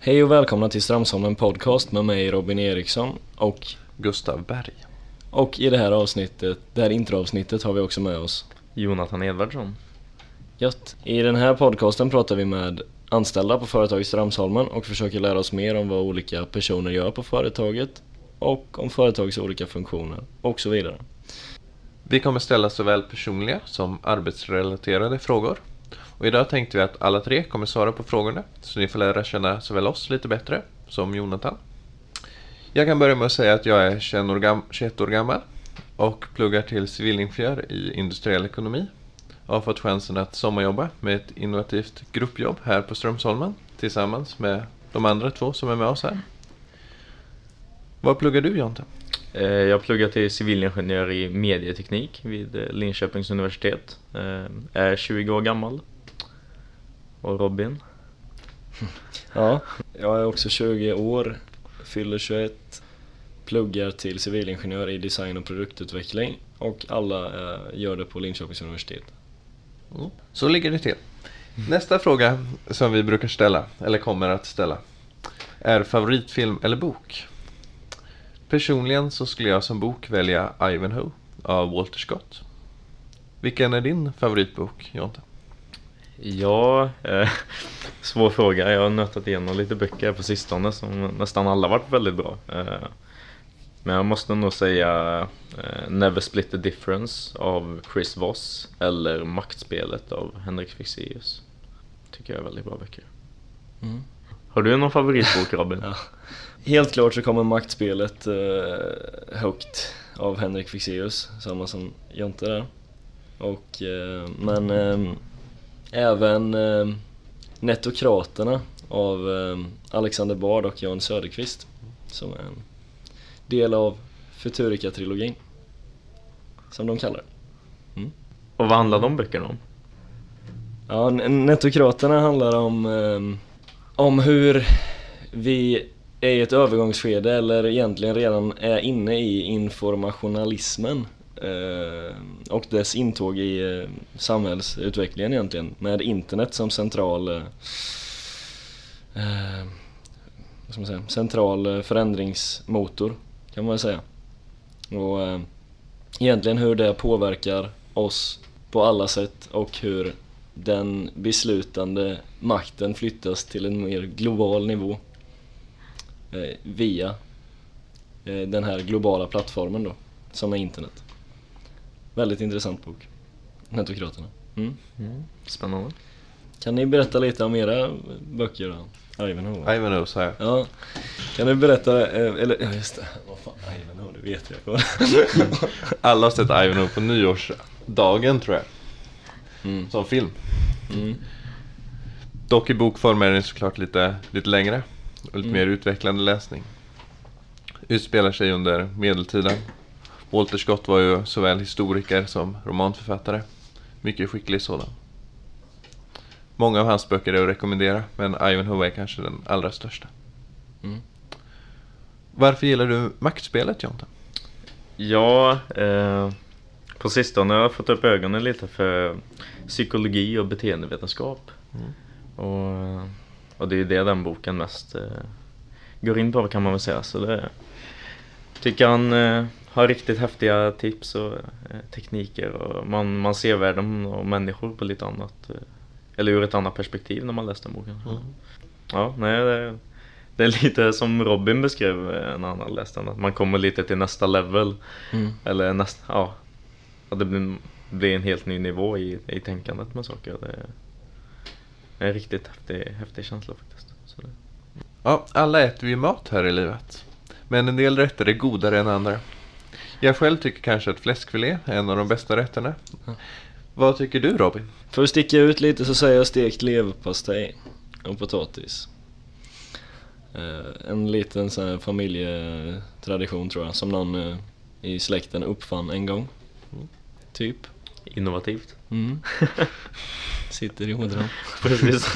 Hej och välkomna till Strömsholmen podcast med mig Robin Eriksson och Gustav Berg. Och i det här introavsnittet har vi också med oss Jonathan Edvardsson. Gött. I den här podcasten pratar vi med anställda på företaget Strömsholmen och försöker lära oss mer om vad olika personer gör på företaget och om företagets olika funktioner och så vidare. Vi kommer ställa såväl personliga som arbetsrelaterade frågor. Och idag tänkte vi att alla tre kommer svara på frågorna, så ni får lära känna såväl oss lite bättre som Jonathan. Jag kan börja med att säga att jag är 21 år gammal och pluggar till civilingenjör i industriell ekonomi. Jag har fått chansen att sommarjobba med ett innovativt gruppjobb här på Strömsholmen tillsammans med de andra två som är med oss här. Vad pluggar du, Jonathan? Jag pluggar till civilingenjör i medieteknik vid Linköpings universitet. Är 20 år gammal. Och Robin? Ja, jag är också 20 år, fyller 21, pluggar till civilingenjör i design och produktutveckling och alla gör det på Linköpings universitet. Så ligger det till. Nästa fråga som vi brukar ställa, eller kommer att ställa, är favoritfilm eller bok? Personligen så skulle jag som bok välja Ivanhoe av Walter Scott. Vilken är din favoritbok, Jonathan? Ja, svår fråga. Jag har nötat igenom lite böcker på sistone som nästan alla varit väldigt bra. Men jag måste nog säga Never Split the Difference av Chris Voss eller Maktspelet av Henrik Fexeus. Tycker jag är väldigt bra böcker. Mm. Har du någon favoritbok, Robin? Ja. Helt klart så kommer Maktspelet högt av Henrik Fexeus, samma som Jonte där. Och, men även Nettokraterna av Alexander Bard och Jan Söderqvist, som är en del av Futurika-trilogin, som de kallar det. Och vad handlar de böckerna om? Ja, Nettokraterna handlar om hur vi är i ett övergångsskede, eller egentligen redan är inne i informationalismen och dess intåg i samhällsutvecklingen egentligen, med internet som central förändringsmotor, kan man säga. Och egentligen hur det påverkar oss på alla sätt och hur den beslutande makten flyttas till en mer global nivå via den här globala plattformen då, som är internet. Väldigt intressant bok, Nettokraterna. Spännande. Kan ni berätta lite om era böcker då? Ivanhoe, sa jag. Ja. Kan du berätta, eller ja, just det. Vad fan, Ivanhoe, det vet jag. Alla har sett Ivanhoe på nyårsdagen, tror jag. Som film. Dock i bokform är den såklart lite längre och lite mer utvecklande läsning. Utspelar sig under medeltiden. Walter Scott var ju såväl historiker som romanförfattare. Mycket skicklig sådan. Många av hans böcker är att rekommendera, men Ivanhoe är kanske den allra största. Varför gillar du Maktspelet, Jonathan? Ja, på sistone har jag fått upp ögonen lite för psykologi och beteendevetenskap. Och det är ju det den boken mest går in på, kan man väl säga. Så det tycker han har riktigt häftiga tips och tekniker, och man ser världen och människor på lite annat, eller ur ett annat perspektiv när man läser den boken. Ja, nej, det är lite som Robin beskrev när han hade läst den, att man kommer lite till nästa level, eller att det blir en helt ny nivå i tänkandet med saker. Det är en riktigt häftig känsla faktiskt. Så det. Ja, alla äter vi mat här i livet, men en del rätter är godare än andra. Jag själv tycker kanske att fläskfilé är en av de bästa rätterna. Vad tycker du, Robin? För att sticka ut lite så säger jag stekt leverpastej och potatis. En liten sån här familjetradition, tror jag, som någon i släkten uppfann en gång. Typ. Innovativt. Sitter i ådran. Precis.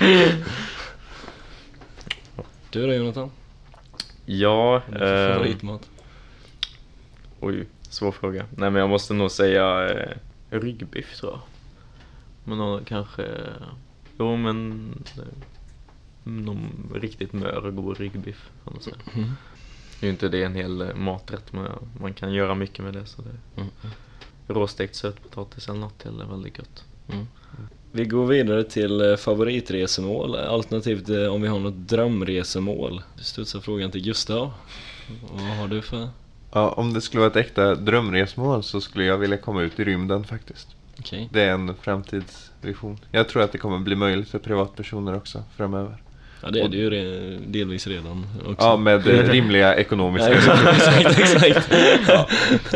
Du då, Jonathan? Ja, favoritmat? Oj, svår fråga. Nej, men jag måste nog säga ryggbiff, tror jag. Men kanske... Jo, men någon riktigt mör och god ryggbiff. Det är ju inte det en hel maträtt, men man kan göra mycket med det. Så det råstekt sötpotatis eller något till är väldigt gott. Vi går vidare till favoritresemål, alternativt om vi har något drömresemål. Studsar frågan till Gustav. Vad har du för? Ja, om det skulle vara ett äkta drömresmål så skulle jag vilja komma ut i rymden faktiskt. Okay. Det är en framtidsvision. Jag tror att det kommer bli möjligt för privatpersoner också framöver. Ja, det är det ju delvis redan också. Ja, med rimliga ekonomiska exakt. Ja.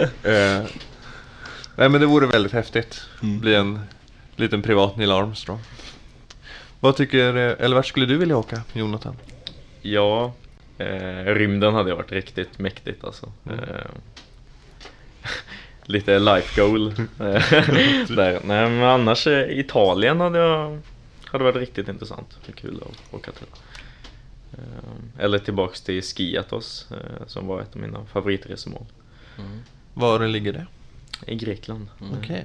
Nej, men det vore väldigt häftigt. Bli en liten privat Neil Armstrong. Vad tycker, eller vart skulle du vilja åka, Jonathan? Ja, rymden hade varit riktigt mäktigt alltså. Lite life goal där. Nej, men annars Italien hade varit riktigt intressant. Det är kul att åka till. Eller tillbaks till Skiathos som var ett av mina favoritresemål. Var ligger det? I Grekland. Okej.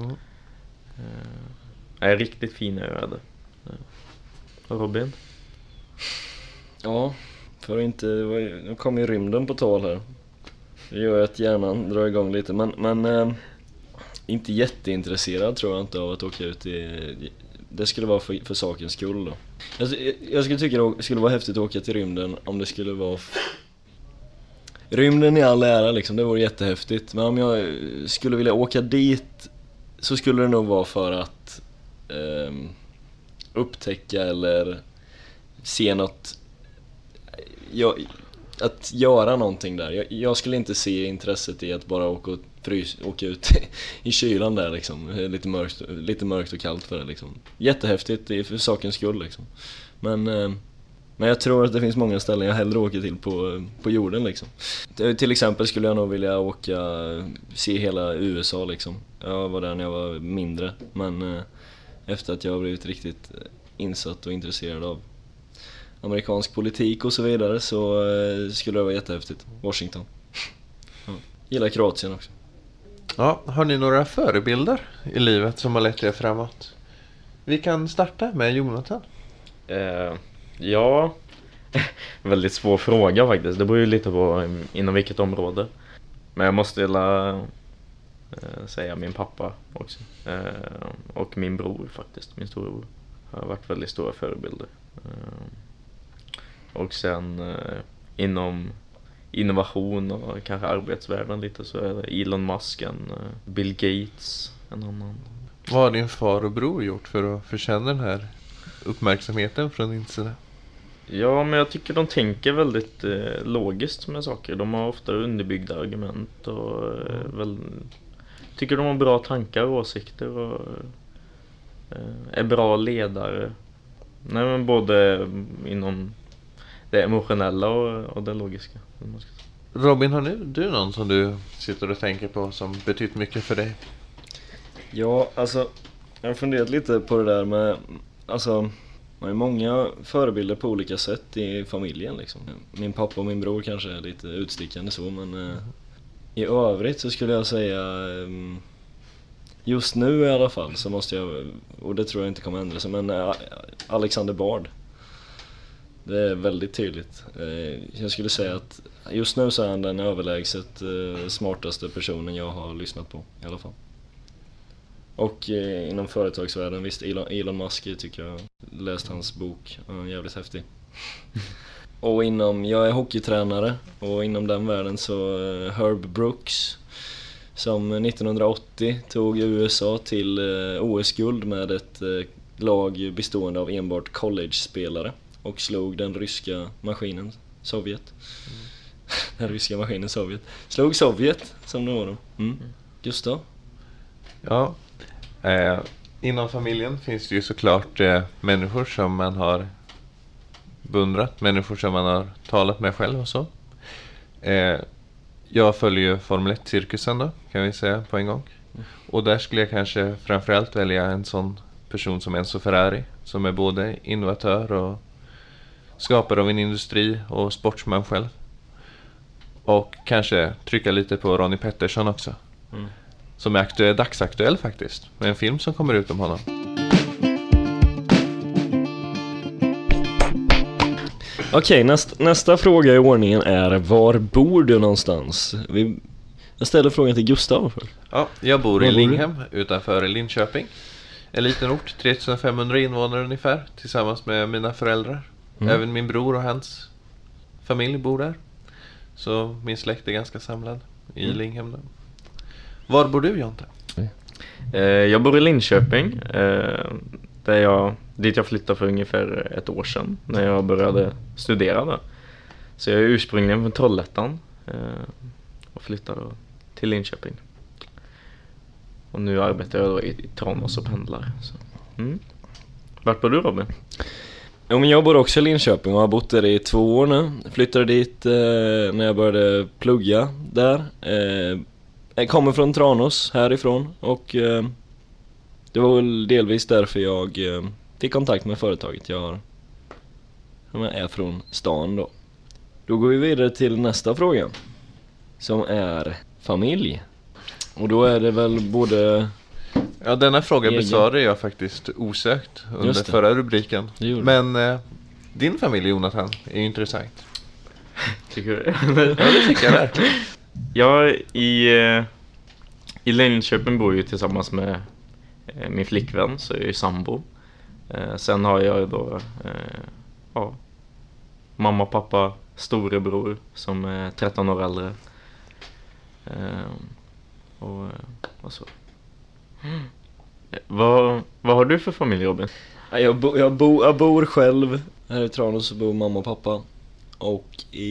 Är riktigt fina öde. Robin? Ja, för att inte, nu kommer ju rymden på tal här. Det gör att hjärnan drar igång lite, men inte jätteintresserad tror jag inte av att åka ut i. Det skulle vara för sakens skull då. Jag skulle tycka det skulle vara häftigt att åka till rymden om det skulle vara rymden i all ära liksom, det vore jättehäftigt. Men om jag skulle vilja åka dit så skulle det nog vara för att upptäcka eller se något, att göra någonting där. Jag skulle inte se intresset i att bara åka ut i kylan där liksom. Lite mörkt och kallt för det liksom. Jättehäftigt, det är för sakens skull liksom. Men jag tror att det finns många ställen jag hellre åker till på jorden liksom. Till exempel skulle jag nog vilja se hela USA liksom. Jag var där när jag var mindre, men efter att jag har blivit riktigt insatt och intresserad av amerikansk politik och så vidare så skulle det vara jättehäftigt. Washington. Ja. Gillar Kroatien också. Ja, har ni några förebilder i livet som har lett er framåt? Vi kan starta med Jonathan. Ja, väldigt svår fråga faktiskt. Det beror ju lite på inom vilket område. Men jag måste säga min pappa också. Och min bror faktiskt, min storebror. Har varit väldigt stora förebilder. Och sen inom innovation och kanske arbetsvärlden lite så är det Elon Musk, Bill Gates, en annan. Vad har din far och bror gjort för att förtjäna den här uppmärksamheten från din sida? Ja, men jag tycker de tänker väldigt logiskt med saker. De har ofta underbyggda argument och tycker de har bra tankar och åsikter och är bra ledare. Nej, men både inom det emotionella och det logiska. Robin, har du någon som du sitter och tänker på som betytt mycket för dig? Ja, alltså jag har funderat lite på det där med, alltså man har många förebilder på olika sätt i familjen liksom. Min pappa och min bror kanske är lite utstickande så, men i övrigt så skulle jag säga just nu i alla fall så måste jag, och det tror jag inte kommer ändra sig, men Alexander Bard. Det är väldigt tydligt. Jag skulle säga att just nu så är han den överlägset smartaste personen jag har lyssnat på i alla fall. Och inom företagsvärlden, visst, Elon Musk tycker jag läst hans bok, jävligt häftig. Och jag är hockeytränare och inom den världen så Herb Brooks som 1980 tog USA till OS-guld med ett lag bestående av enbart college-spelare och slog den ryska maskinen Sovjet. Den ryska maskinen Sovjet. Slog Sovjet som det var då. Gustav? Ja, inom familjen finns det ju såklart människor som man har beundrat, människor som man har talat med själv och så. Jag följer ju Formel 1-cirkusen då, kan vi säga på en gång. Och där skulle jag kanske framförallt välja en sån person som Enzo Ferrari, som är både innovatör och skapare av en industri och sportsman själv. Och kanske trycka lite på Ronnie Peterson också. Som är dagsaktuell faktiskt, med en film som kommer ut om honom. Okej, nästa fråga i ordningen är: var bor du någonstans? Jag ställer frågan till Gustav först. Ja, jag bor Var i bor du? Linghem utanför Linköping. En liten ort, 3500 invånare ungefär, tillsammans med mina föräldrar. Även min bror och hans familj bor där. Så min släkt är ganska samlad i Linghem då. Var bor du, Jonte? Jag bor i Linköping, dit jag flyttade för ungefär ett år sedan när jag började studera där. Så jag är ursprungligen från Trollhättan och flyttade då till Linköping. Och nu arbetar jag då i Tranås och pendlar. Så. Vart bor du, Robin? Ja, men jag bor också i Linköping och har bott där i 2 år nu. Flyttade dit när jag började plugga där. Jag kommer från Tranås härifrån och det var väl delvis därför jag fick kontakt med företaget. Jag är från stan då. Då går vi vidare till nästa fråga som är familj. Och då är det väl både... Ja, denna fråga Egen. besvarade jag faktiskt osökt under Just det. förra rubriken. Det gjorde Men din familj, Jonathan, är ju intressant. Tycker du? Ja, det tycker jag verkligen. Jag i Linköping bor ju tillsammans med min flickvän, så jag är ju sambo. Sen har jag då mamma, pappa, storebror som är 13 år äldre. Och så. Vad har du för familj, Robin? Jag bor själv här i Tranås, så bor mamma och pappa. Och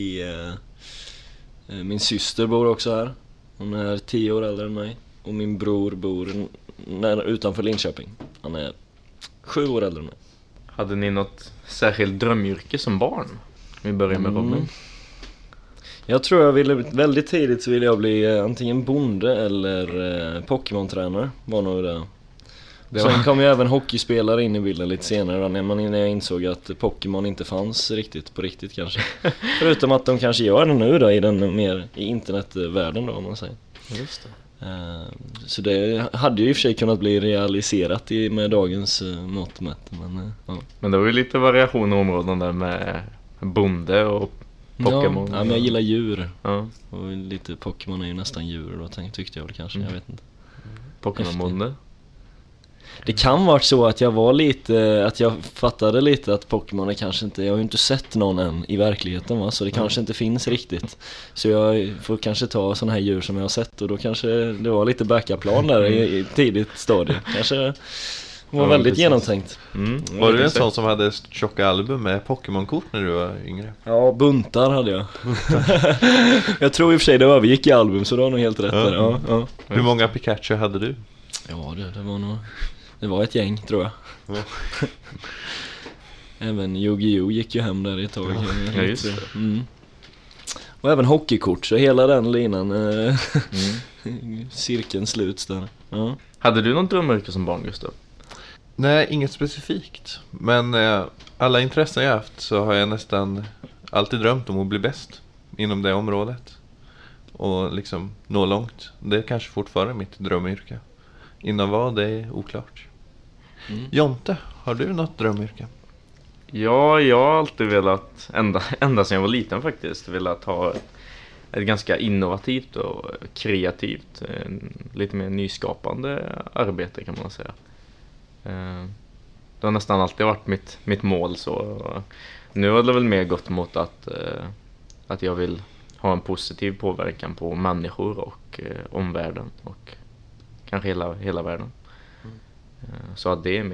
min syster bor också här. Hon är 10 år äldre än mig. Och min bror bor utanför Linköping. Han är 7 år äldre än mig. Hade ni något särskilt drömyrke som barn? Vi börjar med Robin. Jag tror jag ville väldigt tidigt så ville jag bli antingen bonde eller Pokémon-tränare. Var nog det. Sen kom ju även hockeyspelare in i bilden lite senare då, när jag insåg att Pokémon inte fanns riktigt på riktigt kanske. Förutom att de kanske gör det nu då i internetvärlden då, om man säger. Just det. Så det hade ju i och för sig kunnat bli realiserat med dagens mått mätt. Men det var ju lite variation i områden där med bonde och Pokémon. Ja, men jag gillar djur. Ja. Och lite Pokémon är ju nästan djur då, tyckte jag väl kanske, jag vet inte. Pokémon-bonde. Det kan vara så att jag var lite, att jag fattade lite att Pokémon är kanske inte, jag har ju inte sett någon än i verkligheten, va, så det kanske inte finns riktigt. Så jag får kanske ta såna här djur som jag har sett, och då kanske det var lite backup-plan där i tidigt stadie. Kanske var väldigt precis. Genomtänkt. Var du en sån som hade tjocka album med Pokémon-kort när du var yngre? Ja, buntar hade jag. Jag tror i och för sig det övergick i album, så det var nog helt rätt där. Ja. Hur många Pikachu hade du? Ja, det var ett gäng, tror jag. Ja. Även Yu-Gi-Oh gick ju hem där ett tag. Ja, just det. Och även hockeykort, så hela den linan cirkeln sluts där. Ja. Hade du någon drömyrke som barn, Gustav? Nej, inget specifikt. Men alla intressen jag haft så har jag nästan alltid drömt om att bli bäst inom det området. Och liksom nå långt. Det är kanske fortfarande mitt drömyrke. Inom vad, det är oklart. Jonte, har du något drömyrke? Ja, jag har alltid velat, ända sedan jag var liten faktiskt, velat ha ett ganska innovativt och kreativt, lite mer nyskapande arbete kan man säga. Det har nästan alltid varit mitt mål så. Nu har det väl mer gått mot att jag vill ha en positiv påverkan på människor och omvärlden och kanske hela världen. Så att det är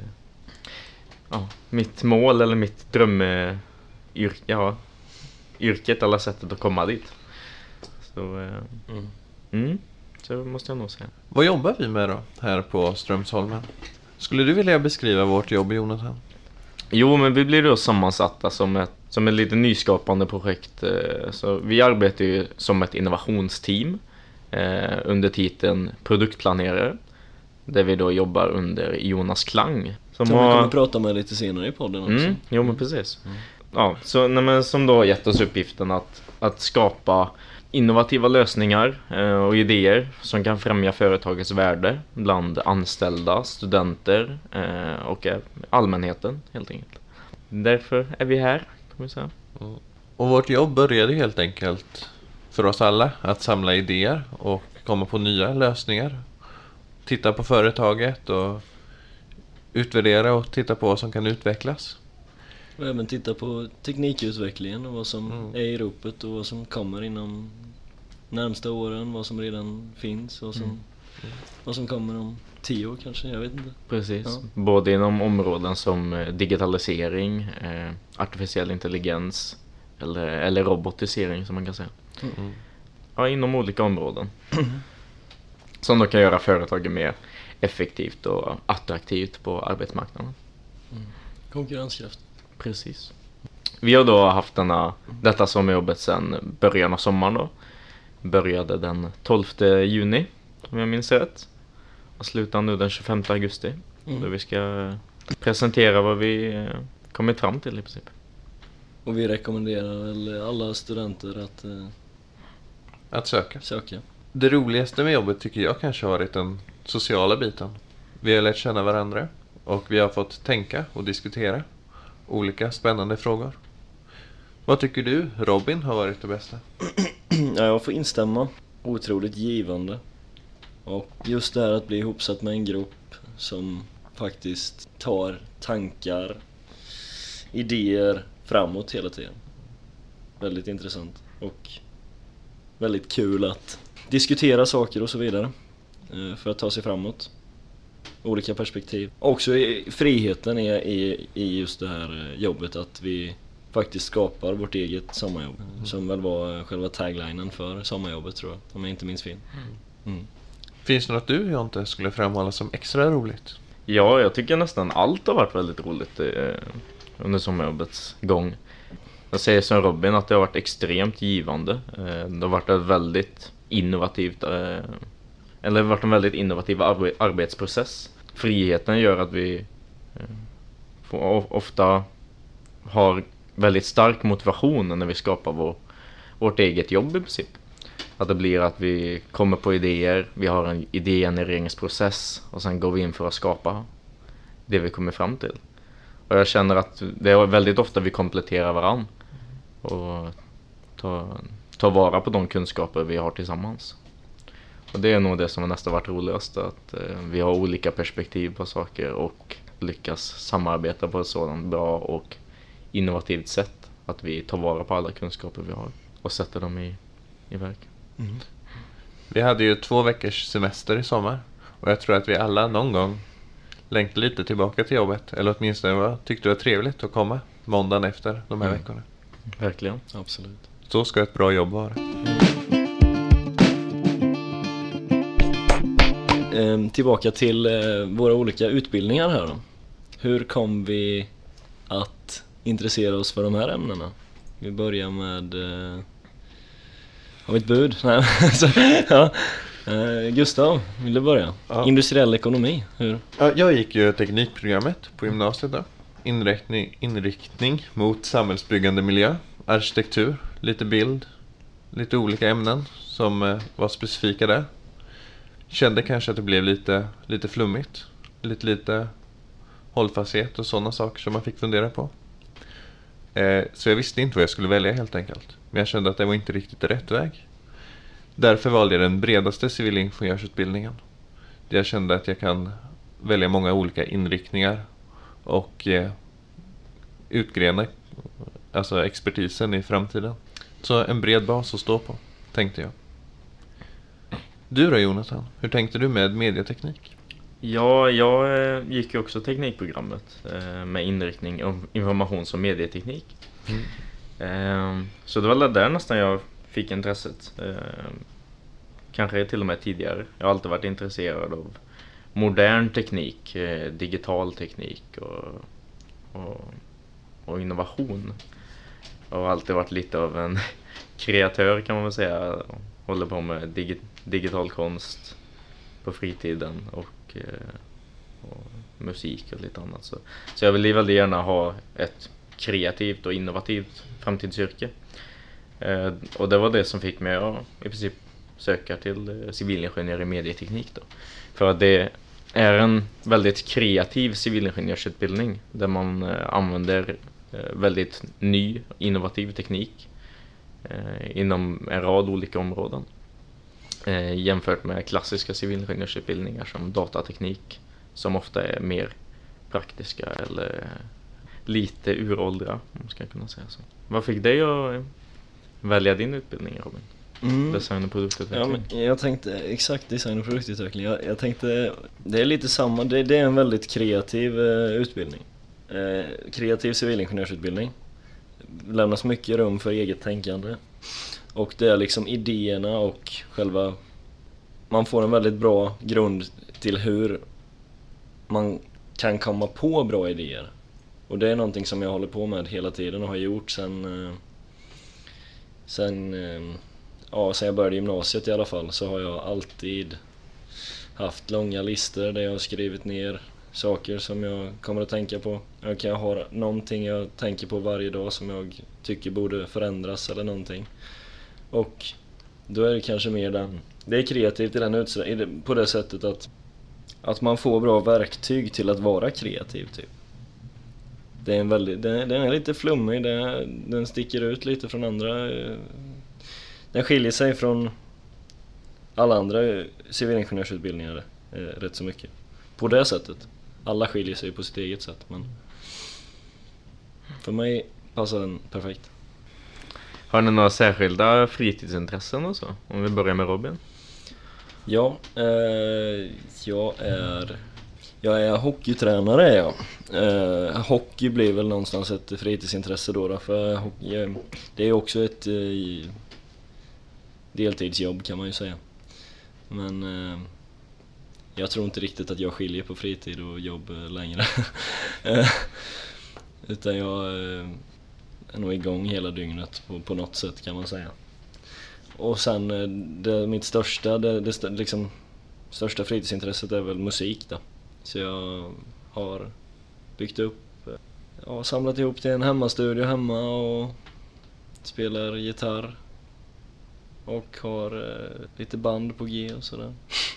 mitt mål eller mitt drömyrke, yrket eller sättet att komma dit. Så så måste jag nog säga. Vad jobbar vi med då här på Strömsholmen? Skulle du vilja beskriva vårt jobb, Jonathan? Jo, men vi blir då sammansatta som ett lite nyskapande projekt. Så vi arbetar ju som ett innovationsteam under titeln produktplanerare. Där vi då jobbar under Jonas Klang. Som vi kommer prata med lite senare i podden också. Jo, men precis. Ja, så som då har gett oss uppgiften att skapa innovativa lösningar och idéer som kan främja företagets värde bland anställda, studenter och allmänheten helt enkelt. Därför är vi här, kan vi säga. Och vårt jobb började helt enkelt för oss alla att samla idéer och komma på nya lösningar. Titta på företaget och utvärdera och titta på vad som kan utvecklas. Och även titta på teknikutvecklingen och vad som är i ropet och vad som kommer inom närmsta åren, vad som redan finns och vad som kommer om 10 år kanske, jag vet inte. Precis, både inom områden som digitalisering, artificiell intelligens eller robotisering som man kan säga. Ja, inom olika områden. Som då kan göra företaget mer effektivt och attraktivt på arbetsmarknaden. Konkurrenskraft. Precis. Vi har då haft detta sommarjobbet sedan början av sommaren då. Började den 12 juni, om jag minns rätt. Och slutar nu den 25 augusti. Då vi ska presentera vad vi kommit fram till i princip. Och vi rekommenderar väl alla studenter Att söka. söka. Det roligaste med jobbet tycker jag kanske har varit den sociala biten. Vi har lärt känna varandra och vi har fått tänka och diskutera olika spännande frågor. Vad tycker du, Robin, har varit det bästa? Ja, jag får instämma. Otroligt givande. Och just det här att bli ihopsatt med en grupp som faktiskt tar tankar, idéer framåt hela tiden. Väldigt intressant och väldigt kul att diskutera saker och så vidare för att ta sig framåt. Olika perspektiv. Också friheten är i just det här jobbet att vi faktiskt skapar vårt eget sommarjobb. Som väl var själva taglinen för sommarjobbet, tror jag, om jag inte minns fel. Finns det något du, Jonte, skulle framhålla som extra roligt? Ja, jag tycker nästan allt har varit väldigt roligt under sommarjobbets gång. Jag säger som Robin att det har varit extremt givande. Det har varit ett väldigt innovativt eller varit en väldigt innovativ arbetsprocess. Friheten gör att vi ofta har väldigt stark motivation när vi skapar vårt eget jobb i princip. Att det blir att vi kommer på idéer, vi har en idégenereringsprocess och sen går vi in för att skapa det vi kommer fram till. Och jag känner att det är väldigt ofta vi kompletterar varann och tar vara på de kunskaper vi har tillsammans. Och det är nog det som har nästan varit roligast, att vi har olika perspektiv på saker och lyckas samarbeta på ett sådant bra och innovativt sätt att vi tar vara på alla kunskaper vi har och sätter dem i verk. Vi hade ju 2 veckors semester i sommar och jag tror att vi alla någon gång längtar lite tillbaka till jobbet, eller åtminstone tyckte det var trevligt att komma måndagen efter de här veckorna. Verkligen. Absolut. Så ska ett bra jobb vara. Tillbaka till våra olika utbildningar här då. Hur kom vi att intressera oss för de här ämnena? Vi börjar med har vi ett bud? Nej. Så, ja. Gustav, vill du börja? Ja. Industriell ekonomi, hur? Ja, jag gick ju teknikprogrammet på gymnasiet då. Inriktning mot samhällsbyggande miljö, arkitektur, lite bild, lite olika ämnen som var specifika där. Kände kanske att det blev lite flummigt, lite hållfasthet och sådana saker som man fick fundera på. Så jag visste inte vad jag skulle välja helt enkelt. Men jag kände att det var inte riktigt rätt väg. Därför valde jag den bredaste civilingenjörsutbildningen. Där jag kände att jag kan välja många olika inriktningar och utgrena alltså expertisen i framtiden. Så en bred bas att stå på, tänkte jag. Du då, Jonathan, hur tänkte du med medieteknik? Ja, jag gick ju också teknikprogrammet med inriktning om informations- och medieteknik. Så det var där nästan jag fick intresset. Kanske till och med tidigare. Jag har alltid varit intresserad av modern teknik, digital teknik och innovation. Jag har alltid varit lite av en kreatör, kan man väl säga. Håller på med digital konst på fritiden och musik och lite annat. Så jag vill väldigt gärna ha ett kreativt och innovativt framtidsyrke. Och det var det som fick mig att i princip söka till civilingenjör i medieteknik då. För att det är en väldigt kreativ civilingenjörsutbildning där man använder väldigt ny, innovativ teknik inom en rad olika områden. Jämfört med klassiska civilingenjörsutbildningar som datateknik, som ofta är mer praktiska eller lite uråldriga, om man ska kunna säga så. Vad fick dig att välja din utbildning, Robin? Design och produktutveckling. Ja, men jag tänkte exakt design och produktutveckling. Jag tänkte det är lite samma. Det är en väldigt kreativ utbildning. Kreativ civilingenjörsutbildning. Lämnas mycket rum för eget tänkande. Och det är liksom idéerna och själva, man får en väldigt bra grund till hur man kan komma på bra idéer. Och det är någonting som jag håller på med hela tiden och har gjort sen jag började gymnasiet i alla fall, så har jag alltid haft långa listor där jag har skrivit ner saker som jag kommer att tänka på. Jag har någonting jag tänker på varje dag som jag tycker borde förändras eller någonting. Och då är det kanske mer det är kreativt i den på det sättet att man får bra verktyg till att vara kreativ typ. Det är den är lite flummig, den sticker ut lite från andra. Den skiljer sig från alla andra civilingenjörsutbildningar rätt så mycket. På det sättet. Alla skiljer sig på sitt eget sätt, men för mig passar den perfekt. Har ni några särskilda fritidsintressen och så? Om vi börjar med Robin. Ja, jag är hockeytränare. Hockey blir väl någonstans ett fritidsintresse då för hockey, det är också ett deltidsjobb kan man ju säga. Men jag tror inte riktigt att jag skiljer på fritid och jobb längre. Utan jag är nog igång hela dygnet på något sätt kan man säga. Och sen mitt största fritidsintresset är väl musik då. Så jag har byggt upp, samlat ihop till en hemmastudio hemma och spelar gitarr. Och har lite band på G och sådär.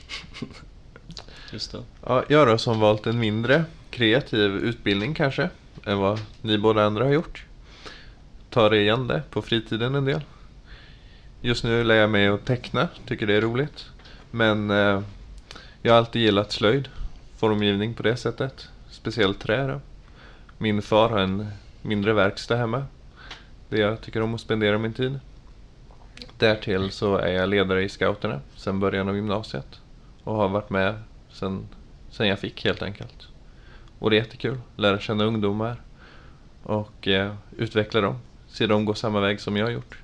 Just det. Ja, jag då som valt en mindre kreativ utbildning kanske än vad ni båda andra har gjort. Tar igen det på fritiden en del. Just nu lär jag mig att teckna, tycker det är roligt. Men jag har alltid gillat slöjd, formgivning på det sättet. Speciellt trä då. Min far har en mindre verkstad hemma där jag tycker om att spendera min tid. Därtill så är jag ledare i scouterna sedan början av gymnasiet. Och har varit med sen jag fick helt enkelt. Och det är jättekul. Lära känna ungdomar och utveckla dem. Se dem gå samma väg som jag har gjort.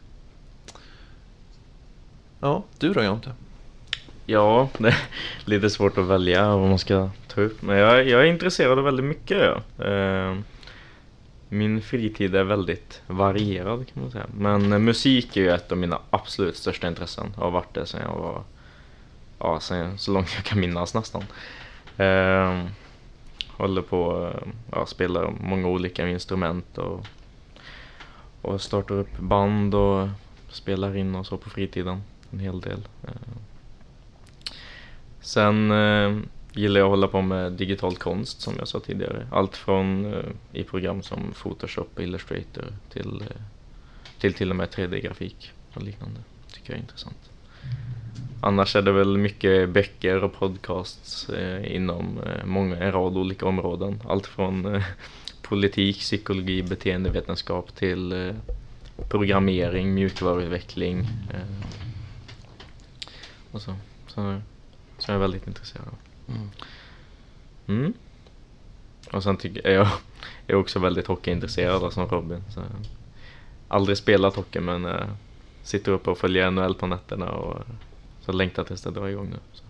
Ja, du då Jonte? Ja, det är lite svårt att välja vad man ska ta upp. Men jag är intresserad av väldigt mycket. Ja. Min fritid är väldigt varierad kan man säga. Men musik är ju ett av mina absolut största intressen. Jag har varit det sedan jag var sen så långt jag kan minnas nästan. Håller på spelar många olika instrument och startar upp band och spelar in och så på fritiden en hel del. Sen gillar jag att hålla på med digital konst som jag sa tidigare. Allt från i program som Photoshop, Illustrator till och med 3D-grafik och liknande. Tycker jag är intressant. Annars är det väl mycket böcker och podcasts inom en rad olika områden. Allt från politik, psykologi, beteendevetenskap till programmering, mjukvaruutveckling och så är jag väldigt intresserad av. Och sen tycker jag är också väldigt hockeyintresserad som Robin. Så aldrig spelat hockey men sitter uppe och följer NHL på nätterna och så längtar tills det drar igång nu. Så.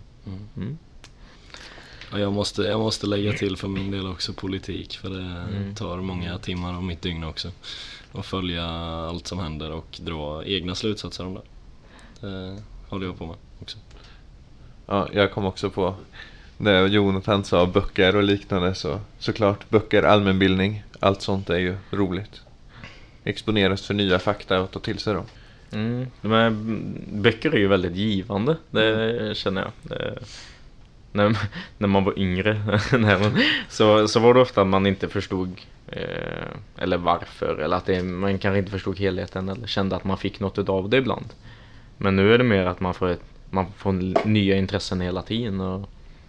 Ja, jag måste lägga till för min del också politik, för det tar många timmar av mitt dygn också. Och följa allt som händer och dra egna slutsatser om det. Det håller jag på med också. Ja, jag kom också på när Jonathan sa böcker och liknande, såklart böcker, allmänbildning, allt sånt är ju roligt. Exponeras för nya fakta och ta till sig dem. Men böcker är ju väldigt givande, det känner jag. när man var yngre så var det ofta att man inte förstod eller varför, eller att man kanske inte förstod helheten eller kände att man fick något av det ibland. Men nu är det mer att man får nya intressen hela tiden och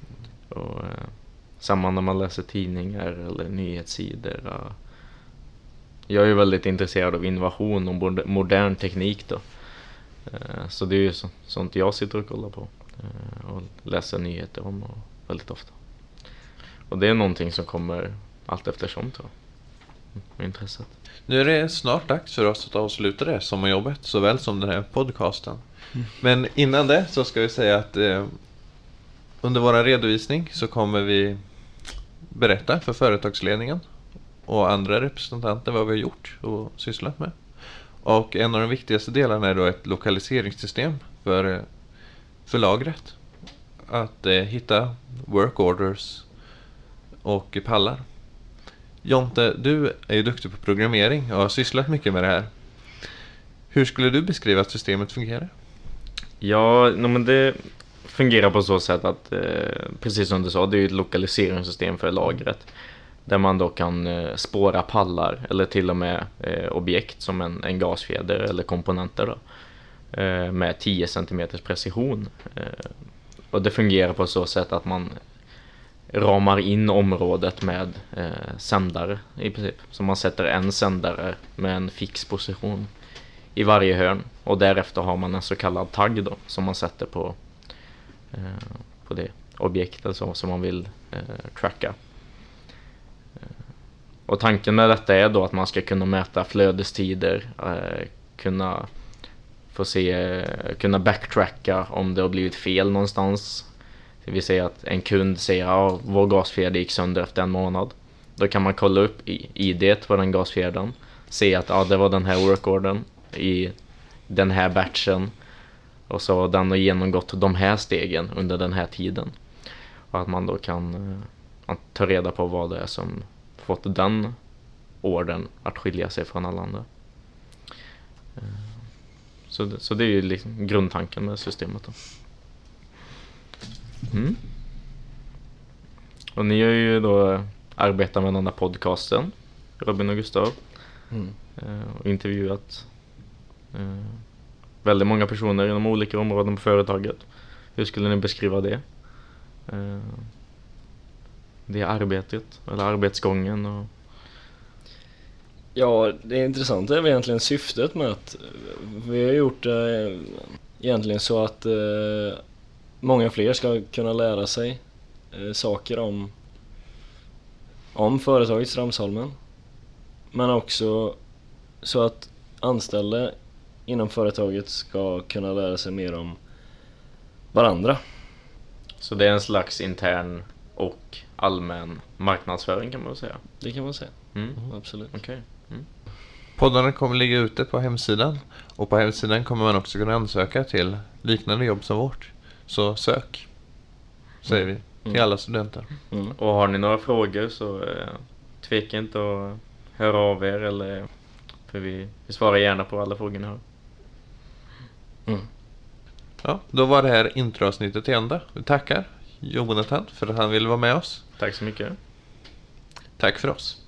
samma när man läser tidningar eller nyhetssidor. Jag är väldigt intresserad av innovation och modern teknik då. Så det är ju sånt jag sitter och kollar på och läser nyheter om och väldigt ofta. Och det är någonting som kommer allt eftersom, tror jag, med intresset. Nu är det snart dags för oss att avsluta det sommarjobbet såväl som den här podcasten. Men innan det så ska vi säga att under vår redovisning så kommer vi berätta för företagsledningen och andra representanter vad vi har gjort och sysslat med. Och en av de viktigaste delarna är då ett lokaliseringssystem för lagret. Att hitta work orders och pallar. Jonte, du är ju duktig på programmering och har sysslat mycket med det här. Hur skulle du beskriva att systemet fungerar? Ja, men det fungerar på så sätt att precis som du sa, det är ju ett lokaliseringssystem för lagret. Där man då kan spåra pallar eller till och med objekt som en gasfjäder eller komponenter då, med 10 cm precision. Och det fungerar på så sätt att man ramar in området med sändare i princip. Så man sätter en sändare med en fix position i varje hörn. Och därefter har man en så kallad tagg då, som man sätter på det objektet som man vill tracka. Och tanken med detta är då att man ska kunna mäta flödestider, kunna backtracka om det har blivit fel någonstans. Det vill säga att en kund säger att vår gasfjäder gick sönder efter en månad. Då kan man kolla upp ID på den gasfjädern, se att det var den här workordern i den här batchen och så den har genomgått de här stegen under den här tiden. Och att man då kan ta reda på vad det är som fått den ordern att skilja sig från alla andra. Så det är ju liksom grundtanken med systemet då. Och ni har ju då arbetat med den där podcasten, Robin och Gustav, och intervjuat väldigt många personer inom olika områden på företaget. Hur skulle ni beskriva det? Det arbetet, eller arbetsgången och... Ja, det är intressant. Det är egentligen syftet med att vi har gjort det egentligen så att många fler ska kunna lära sig saker om företaget Strömsholmen. Men också så att anställda inom företaget ska kunna lära sig mer om varandra. Så det är en slags intern och allmän marknadsföring, kan man väl säga? Det kan man säga, absolut. Okay. Poddarna kommer ligga ute på hemsidan. Och på hemsidan kommer man också kunna ansöka till liknande jobb som vårt. Så sök, säger vi till alla studenter. Och har ni några frågor så tveka inte att höra av er. För vi svarar gärna på alla frågor ni har. Ja, då var det här introavsnittet till ända. Vi tackar Jonathan för att han ville vara med oss. Tack så mycket. Tack för oss.